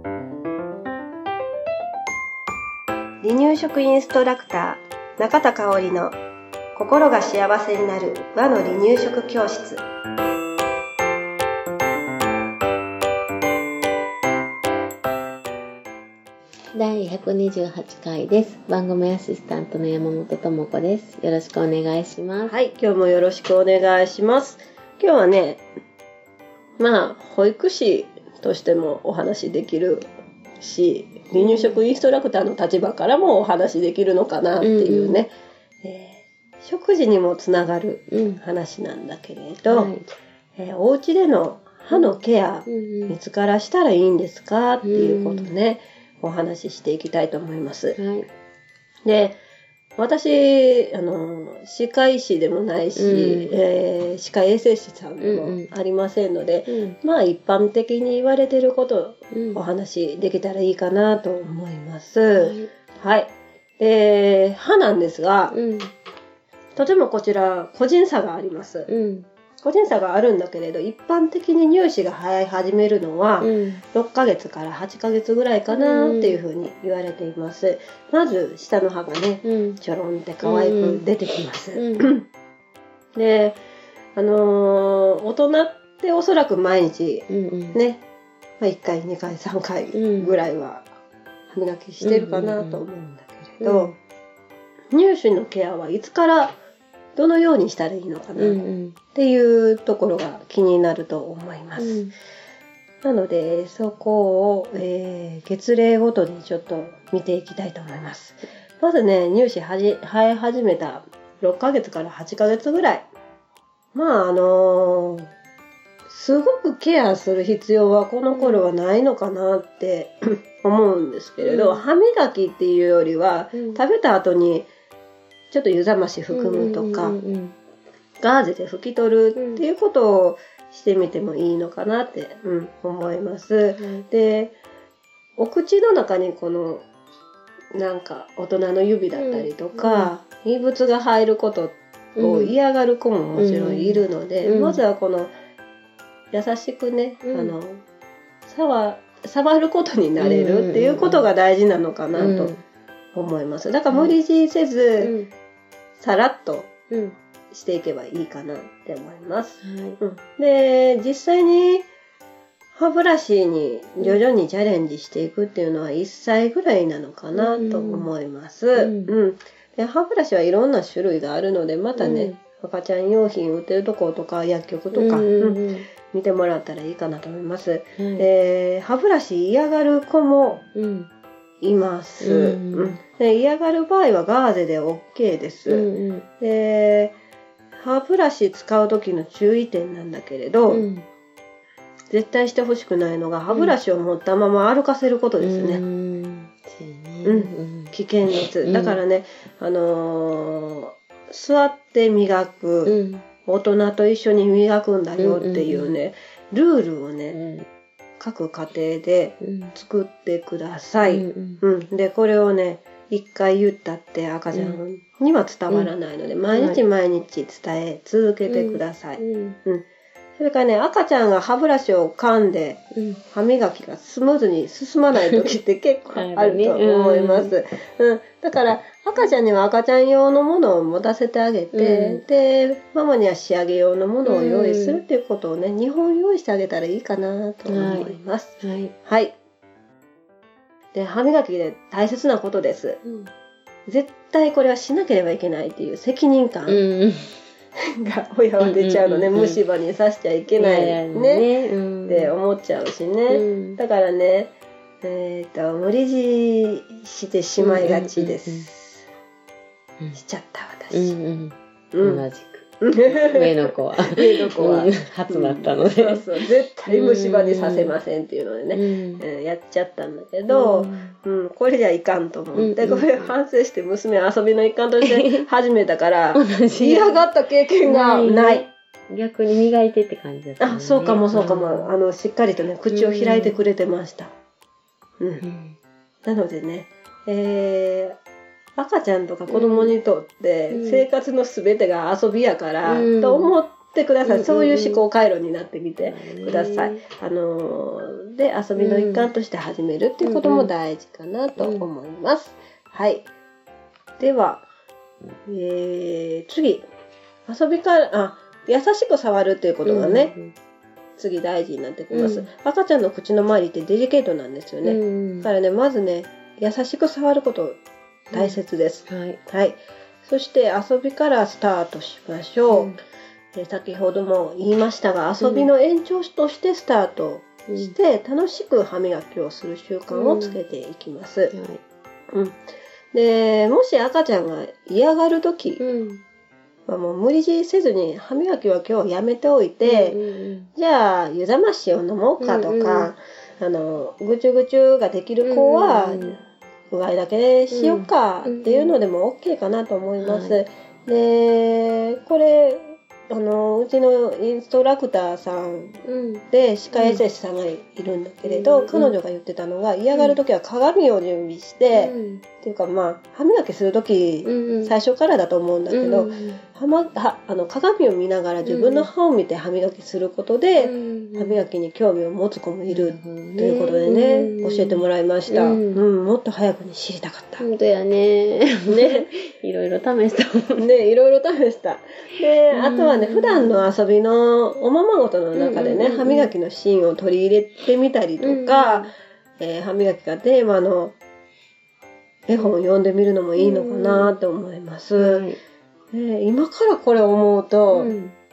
離乳食インストラクター中田香織の心が幸せになる和の離乳食教室。 第128回です。番組アシスタントの山本智子です。よろしくお願いします。 はい、今日もよろしくお願いします。今日はね、保育士としてもお話できるし、離乳食インストラクターの立場からもお話できるのかなっていうね、食事にもつながる話なんだけれど、お家での歯のケア、いつからしたらいいんですかっていうことね、お話ししていきたいと思います。で、私、歯科医師でもないし、歯科衛生士さんでもありませんので、一般的に言われていることをお話できたらいいかなと思います。はい。歯なんですが、とてもこちら個人差があります。個人差があるんだけれど、一般的に乳歯が生え始めるのは6ヶ月から8ヶ月ぐらいかなっていうふうに言われています。まず下の歯がね、ちょろんって可愛く出てきます。で、大人っておそらく毎日ね、1回、2回、3回ぐらいは歯磨きしてるかなと思うんだけれど、乳歯のケアはいつからどのようにしたらいいのかなっていうところが気になると思います。なのでそこを、月齢ごとにちょっと見ていきたいと思います。まずね、乳歯生え始めた6ヶ月から8ヶ月ぐらい。すごくケアする必要はこの頃はないのかなって思うんですけれど、歯磨きっていうよりは、食べた後にちょっと湯冷まし含むとか、ガーゼで拭き取るっていうことをしてみてもいいのかなって、思います。で、お口の中にこの大人の指だったりとか、異物が入ることを嫌がる子ももちろんいるので、まずはこの優しくね、触ることになれるっていうことが大事なのかなと思います。だから無理強いせず、さらっとしていけばいいかなって思います。で、実際に歯ブラシに徐々にチャレンジしていくっていうのは1歳ぐらいなのかなと思います。で、歯ブラシはいろんな種類があるので、またね、赤ちゃん用品売ってるとことか薬局とか、見てもらったらいいかなと思います。歯ブラシ嫌がる子もいます。で、嫌がる場合はガーゼで OK です。で、歯ブラシ使う時の注意点なんだけれど、絶対してほしくないのが歯ブラシを持ったまま歩かせることですね。危険です。だからね、座って磨く、大人と一緒に磨くんだよっていうね、ルールをね、各家庭で作ってください。で、これをね、一回言ったって赤ちゃんには伝わらないので、毎日毎日伝え続けてください。それからね、赤ちゃんが歯ブラシを噛んで、歯磨きがスムーズに進まない時って結構あると思います。だから赤ちゃんには赤ちゃん用のものを持たせてあげて、で、ママには仕上げ用のものを用意するっていうことをね、2本用意してあげたらいいかなと思います。で、歯磨きで大切なことです。絶対これはしなければいけないっていう責任感が親は出ちゃうのね。虫歯に刺しちゃいけないねって思っちゃうしね。だからね、無理強いしてしまいがちです。しちゃった私。 同じく。上の子は初だったので、 絶対虫歯にさせませんっていうのでね、やっちゃったんだけど、これじゃいかんと思って、これを反省して娘は遊びの一環として始めたから嫌がった経験がない。 逆に磨いてって感じだったね。 そうかもしっかりとね、口を開いてくれてました。なのでね、赤ちゃんとか子供にとって生活のすべてが遊びやから、と思っってください。そういう思考回路になってみてください。で、遊びの一環として始めるっていうことも大事かなと思います。はい。では、次。遊びから、優しく触るっていうことがね、次大事になってきます。赤ちゃんの口の周りってデリケートなんですよね。だからね、まずね、優しく触ること大切です。はい。そして遊びからスタートしましょう。先ほども言いましたが、遊びの延長としてスタートして、楽しく歯磨きをする習慣をつけていきます。で、もし赤ちゃんが嫌がるときはもう無理強いせずに歯磨きは今日やめておいて、じゃあ湯冷ましを飲もうかとか、ぐちゅぐちゅができる子はうがいだけしようかっていうのでも OK かなと思います。で、これうちのインストラクターさんで歯科衛生士さんがいるんだけれど、彼女が言ってたのが、嫌がるときは鏡を準備して、っていうか歯磨きするとき、最初からだと思うんだけど、鏡を見ながら自分の歯を見て歯磨きすることで、歯磨きに興味を持つ子もいるということでね、教えてもらいました。もっと早くに知りたかった。 本当やね。ね。いろいろ試したもんね。いろいろ試した。で、あとはね、普段の遊びのおままごとの中でね、歯磨きのシーンを取り入れてみたりとか、歯磨きがテーマの絵本を読んでみるのもいいのかなと思います。今からこれ思うと、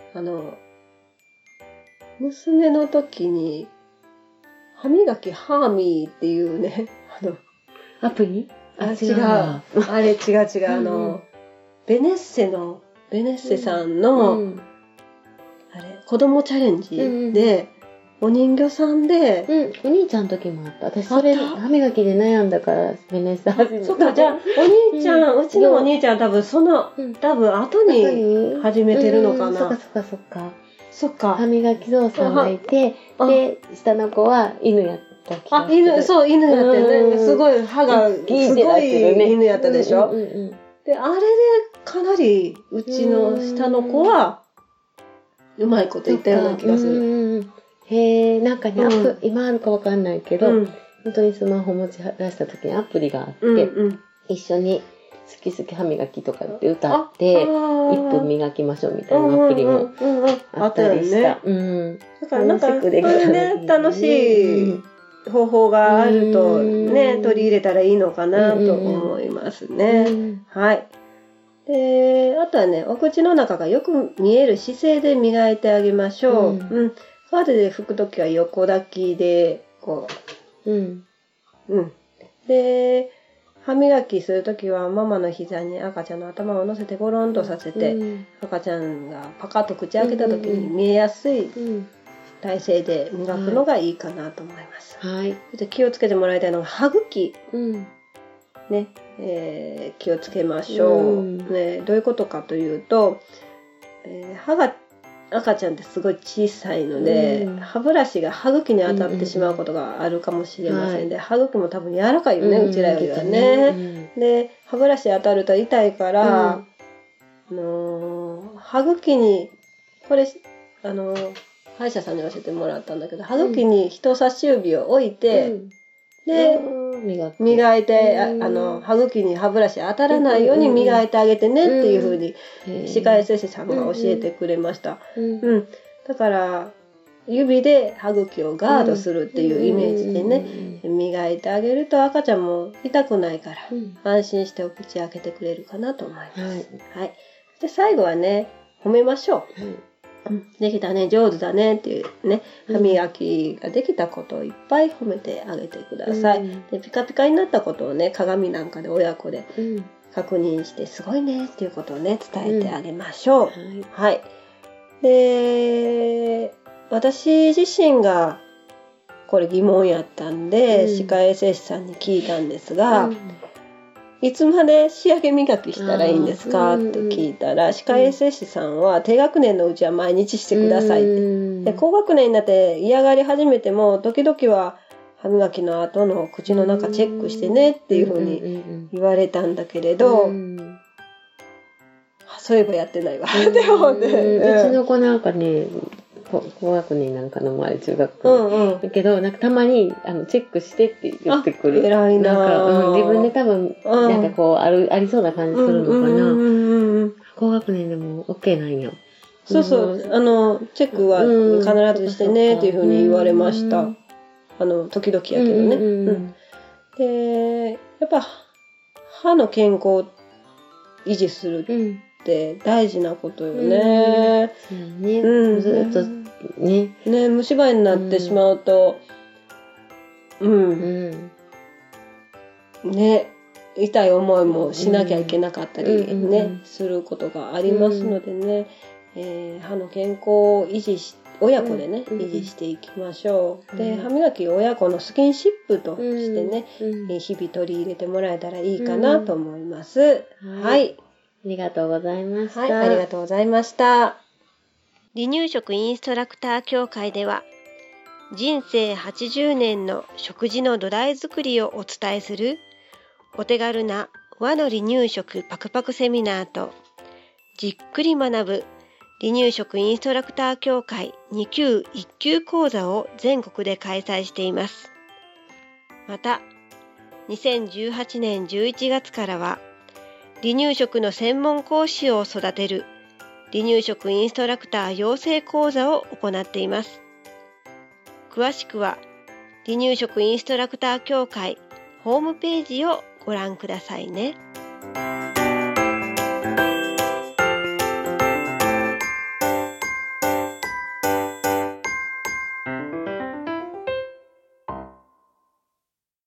娘の時に、歯磨きハーミーっていうね、 アプリ？ 違う。あれ違う。ベネッセさんの、子供チャレンジで、お人形さんで、 お兄ちゃんの時もあった。私それ歯磨きで悩んだからベネッセ始めた。 そっか、じゃあお兄ちゃん、うちのお兄ちゃんは多分後に始めてるのかな。そっか。 歯磨きゾウさんがいて、で下の子は犬やった気がする。 犬やってね、すごい歯がすごい犬やったでしょ。で、あれでかなりうちの下の子はうまいこと言ったような気がする。 なんかね、今あるかわかんないけど、本当にスマホ持ち出した時にアプリがあって、一緒に好き好き歯磨きとかって歌って、1分磨きましょうみたいなアプリもあったりした。だからなんか、これね、楽しい方法があるとね、取り入れたらいいのかなと思いますね。はい。で、あとはね、お口の中がよく見える姿勢で磨いてあげましょう。カードで拭くときは横抱きで、こう。で、歯磨きするときはママの膝に赤ちゃんの頭を乗せてゴロンとさせて、赤ちゃんがパカッと口開けたときに見えやすい体勢で磨くのがいいかなと思います。で気をつけてもらいたいのが歯茎。ね、気をつけましょう。ね、どういうことかというと、歯が赤ちゃんってすごい小さいので、歯ブラシが歯茎に当たってしまうことがあるかもしれませんで、歯茎も多分柔らかいよね、うちらよりはね。で、歯ブラシ当たると痛いから、歯茎に、これ、歯医者さんに教えてもらったんだけど、歯茎に人差し指を置いて、で、磨いて、歯茎に歯ブラシ当たらないように磨いてあげてねっていう風に、歯科衛生士さんが教えてくれました。だから、指で歯茎をガードするっていうイメージでね、磨いてあげると赤ちゃんも痛くないから、安心してお口開けてくれるかなと思います。はい。で、最後はね、褒めましょう。できたね、上手だねっていうね、歯磨きができたことをいっぱい褒めてあげてください。でピカピカになったことをね、鏡なんかで親子で確認して、すごいねっていうことをね、伝えてあげましょう。はい。で、私自身がこれ疑問やったんで、歯科衛生士さんに聞いたんですが、いつまで仕上げ磨きしたらいいんですかって聞いたら、歯科衛生士さんは低学年のうちは毎日してくださいって。で、高学年になって嫌がり始めても、時々は歯磨きの後の口の中チェックしてねっていう風に言われたんだけれど、 そういえばやってないわって思って、 うちの子なんかね高学年なんかのもあれ中学校、だけどなんかたまにチェックしてって言ってくる。 偉いな。 なんか、自分で多分なんかこうありそうな感じするのかな。高学年でも OK なんや。 そうそう、チェックは必ずしてねっていうふうに言われました。時々やけどね。で、やっぱ歯の健康を維持するって大事なことよね。 ずっとね。 虫歯になってしまうと、ね、痛い思いもしなきゃいけなかったりね、することがありますのでね、歯の健康を維持し、親子でね、維持していきましょう。で、歯磨き親子のスキンシップとしてね、日々取り入れてもらえたらいいかなと思います。はい。 ありがとうございました。 はい、ありがとうございました。離乳食インストラクター協会では、人生80年の食事の土台作りをお伝えするお手軽な和の離乳食パクパクセミナーと、じっくり学ぶ離乳食インストラクター協会2級1級講座を全国で開催しています。また、2018年11月からは、離乳食の専門講師を育てる離乳食インストラクター養成講座を行っています。詳しくは、離乳食インストラクター協会ホームページをご覧くださいね。